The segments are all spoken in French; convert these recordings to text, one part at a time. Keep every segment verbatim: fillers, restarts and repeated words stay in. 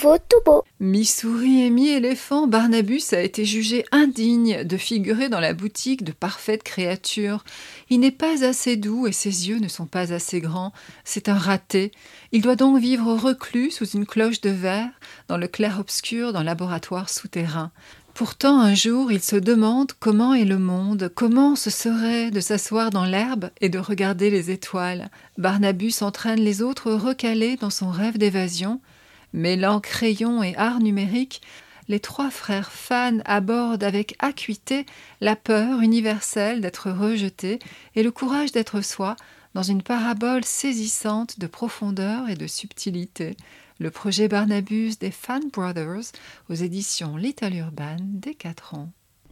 nouveau tout beau. Mi-souris et mi-éléphant, Barnabus a été jugé indigne de figurer dans la boutique de parfaites créatures. Il n'est pas assez doux et ses yeux ne sont pas assez grands. C'est un raté. Il doit donc vivre reclus sous une cloche de verre, dans le clair-obscur d'un laboratoire souterrain. Pourtant, un jour, il se demande comment est le monde, comment ce serait de s'asseoir dans l'herbe et de regarder les étoiles. Barnabus entraîne les autres recalés dans son rêve d'évasion. Mêlant crayon et art numérique, les trois frères fans abordent avec acuité la peur universelle d'être rejeté et le courage d'être soi dans une parabole saisissante de profondeur et de subtilité. Le projet Barnabus des Fan Brothers aux éditions Little Urban dès quatre ans.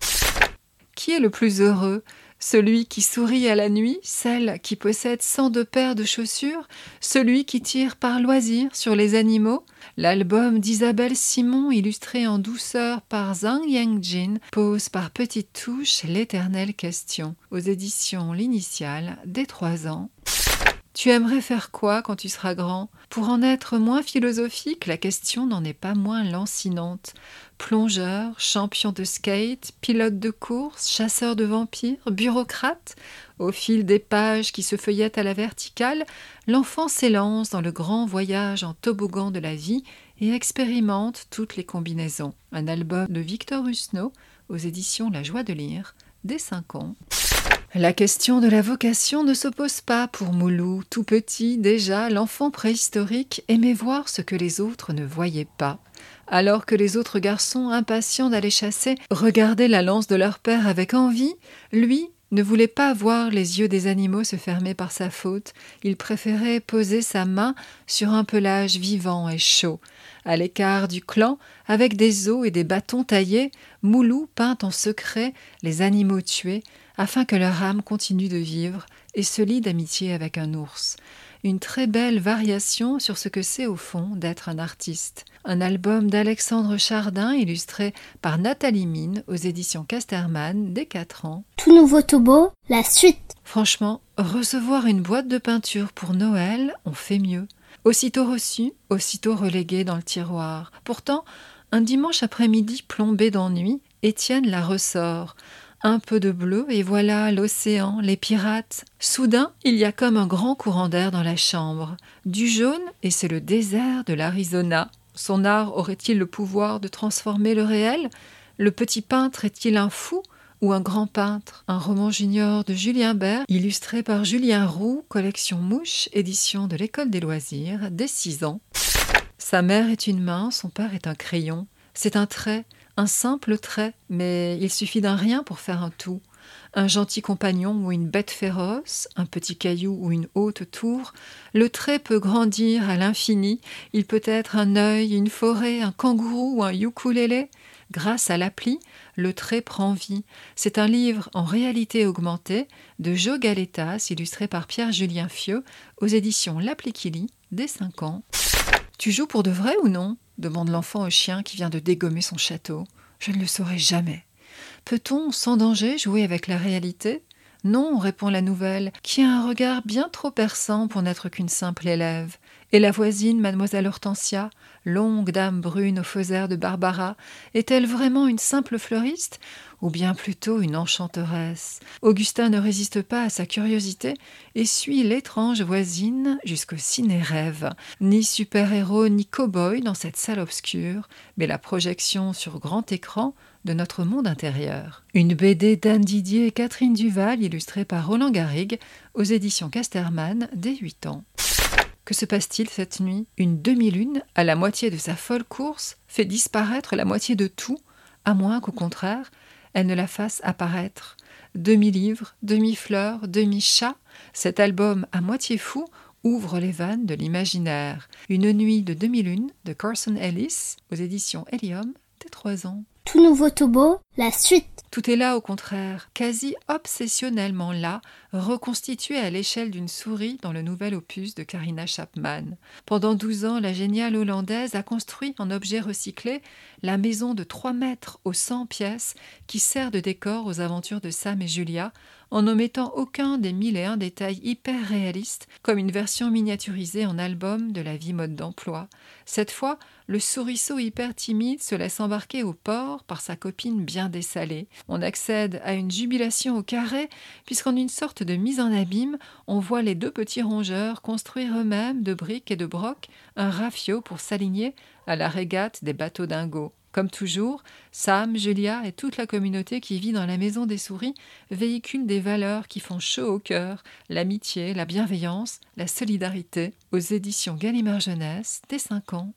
Qui est le plus heureux ? Celui qui sourit à la nuit, celle qui possède cent deux paires de chaussures, celui qui tire par loisir sur les animaux. L'album d'Isabelle Simon, illustré en douceur par Zhang Yangjin, pose par petites touches l'éternelle question. Aux éditions L'Initiale, dès trois ans. Tu aimerais faire quoi quand tu seras grand ? Pour en être moins philosophique, la question n'en est pas moins lancinante. Plongeur, champion de skate, pilote de course, chasseur de vampires, bureaucrate, au fil des pages qui se feuillettent à la verticale, l'enfant s'élance dans le grand voyage en toboggan de la vie et expérimente toutes les combinaisons. Un album de Victor Husneau aux éditions La Joie de lire, dès cinq ans. La question de la vocation ne s'oppose pas pour Moulou. Tout petit, déjà, l'enfant préhistorique aimait voir ce que les autres ne voyaient pas. Alors que les autres garçons, impatients d'aller chasser, regardaient la lance de leur père avec envie, lui ne voulait pas voir les yeux des animaux se fermer par sa faute. Il préférait poser sa main sur un pelage vivant et chaud. À l'écart du clan, avec des os et des bâtons taillés, Moulou peint en secret les animaux tués, afin que leur âme continue de vivre et se lie d'amitié avec un ours. Une très belle variation sur ce que c'est au fond d'être un artiste. Un album d'Alexandre Chardin illustré par Nathalie Mine aux éditions Casterman dès quatre ans. Tout nouveau tout beau, la suite. Franchement, recevoir une boîte de peinture pour Noël, on fait mieux. Aussitôt reçu, aussitôt relégué dans le tiroir. Pourtant, un dimanche après-midi plombé d'ennui, Étienne la ressort. Un peu de bleu et voilà l'océan, les pirates. Soudain, il y a comme un grand courant d'air dans la chambre. Du jaune et c'est le désert de l'Arizona. Son art aurait-il le pouvoir de transformer le réel ? Le petit peintre est-il un fou ou un grand peintre ? Un roman junior de Julien Bert, illustré par Julien Roux, collection Mouche, édition de l'École des loisirs, dès six ans. Sa mère est une main, son père est un crayon. C'est un trait. Un simple trait, mais il suffit d'un rien pour faire un tout. Un gentil compagnon ou une bête féroce, un petit caillou ou une haute tour, le trait peut grandir à l'infini. Il peut être un œil, une forêt, un kangourou ou un ukulélé. Grâce à l'appli, le trait prend vie. C'est un livre en réalité augmentée de Jo Galetas, illustré par Pierre-Julien Fieux, aux éditions L'appli qui lit, dès cinq ans. Tu joues pour de vrai ou non ? Demande l'enfant au chien qui vient de dégommer son château. Je ne le saurai jamais. Peut-on, sans danger, jouer avec la réalité ? Non, répond la nouvelle, qui a un regard bien trop perçant pour n'être qu'une simple élève. Et la voisine, mademoiselle Hortensia, longue dame brune aux faux airs de Barbara, est-elle vraiment une simple fleuriste ou bien plutôt une enchanteresse ? Augustin ne résiste pas à sa curiosité et suit l'étrange voisine jusqu'au ciné-rêve. Ni super-héros ni cow-boy dans cette salle obscure, mais la projection sur grand écran de notre monde intérieur. Une B D d'Anne Didier et Catherine Duval, illustrée par Roland Garrigue, aux éditions Casterman, dès huit ans. Que se passe-t-il cette nuit ? Une demi-lune, à la moitié de sa folle course, fait disparaître la moitié de tout, à moins qu'au contraire, elle ne la fasse apparaître. Demi-livre, demi-fleur, demi-chat, cet album à moitié fou ouvre les vannes de l'imaginaire. Une nuit de demi-lune de Carson Ellis, aux éditions Helium, dès trois ans. Tout nouveau tout beau, la suite. Tout est là au contraire, quasi obsessionnellement là, reconstitué à l'échelle d'une souris dans le nouvel opus de Karina Chapman. Pendant douze ans, la géniale Hollandaise a construit en objet recyclé la maison de trois mètres aux cent pièces qui sert de décor aux aventures de Sam et Julia, en n'omettant aucun des mille et un détails hyper réalistes, comme une version miniaturisée en album de la vie mode d'emploi. Cette fois, le souriceau hyper timide se laisse embarquer au port par sa copine bien dessalée. On accède à une jubilation au carré, puisqu'en une sorte de mise en abîme, on voit les deux petits rongeurs construire eux-mêmes de briques et de brocs un rafiot pour s'aligner à la régate des bateaux dingos. Comme toujours, Sam, Julia et toute la communauté qui vit dans la maison des souris véhiculent des valeurs qui font chaud au cœur, l'amitié, la bienveillance, la solidarité, aux éditions Gallimard Jeunesse, dès cinq ans.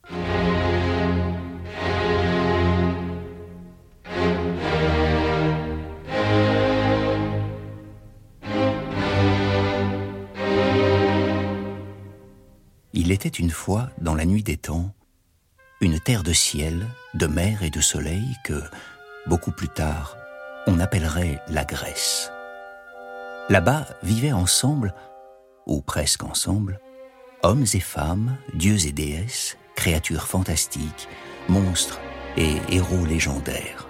Il était une fois, dans la nuit des temps, une terre de ciel, de mer et de soleil que, beaucoup plus tard, on appellerait la Grèce. Là-bas vivaient ensemble, ou presque ensemble, hommes et femmes, dieux et déesses, créatures fantastiques, monstres et héros légendaires.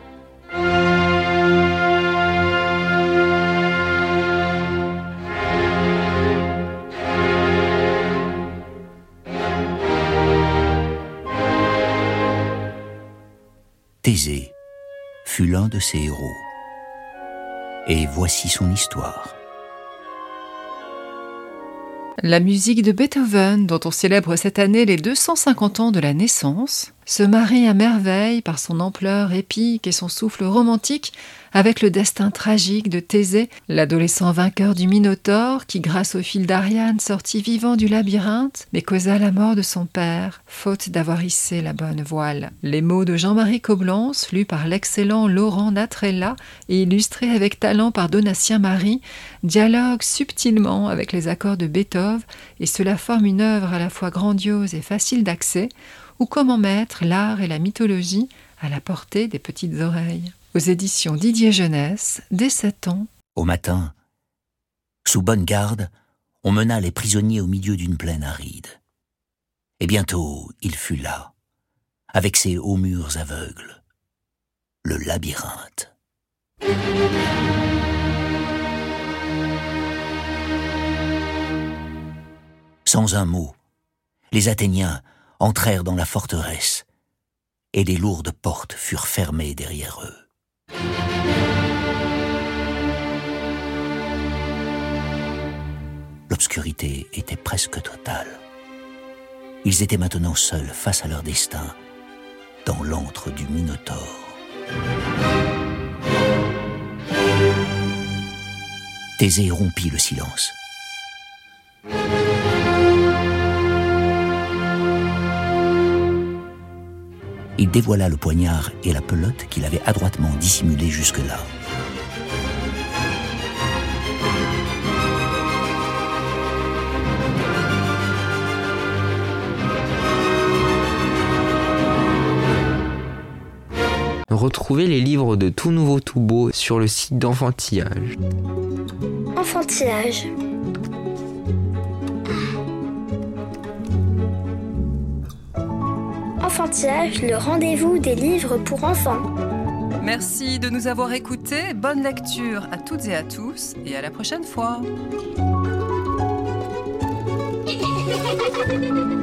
Thésée fut l'un de ces héros. Et voici son histoire. La musique de Beethoven, dont on célèbre cette année les deux cent cinquante ans de la naissance, se marie à merveille par son ampleur épique et son souffle romantique avec le destin tragique de Thésée, l'adolescent vainqueur du Minotaure qui, grâce au fil d'Ariane, sortit vivant du labyrinthe, mais causa la mort de son père, faute d'avoir hissé la bonne voile. Les mots de Jean-Marie Coblence, lus par l'excellent Laurent Natrella et illustrés avec talent par Donatien Marie, dialoguent subtilement avec les accords de Beethoven et cela forme une œuvre à la fois grandiose et facile d'accès, ou comment mettre l'art et la mythologie à la portée des petites oreilles. Aux éditions Didier Jeunesse, dès sept ans. Au matin, sous bonne garde, on mena les prisonniers au milieu d'une plaine aride. Et bientôt, il fut là, avec ses hauts murs aveugles, le labyrinthe. Sans un mot, les Athéniens entrèrent dans la forteresse, et les lourdes portes furent fermées derrière eux. L'obscurité était presque totale. Ils étaient maintenant seuls face à leur destin, dans l'antre du Minotaure. Thésée rompit le silence. Il dévoila le poignard et la pelote qu'il avait adroitement dissimulés jusque-là. Retrouvez les livres de Tout Nouveau Tout Beau sur le site d'Enfantillage. Enfantillage. Enfantillage, le rendez-vous des livres pour enfants. Merci de nous avoir écoutés. Bonne lecture à toutes et à tous et à la prochaine fois.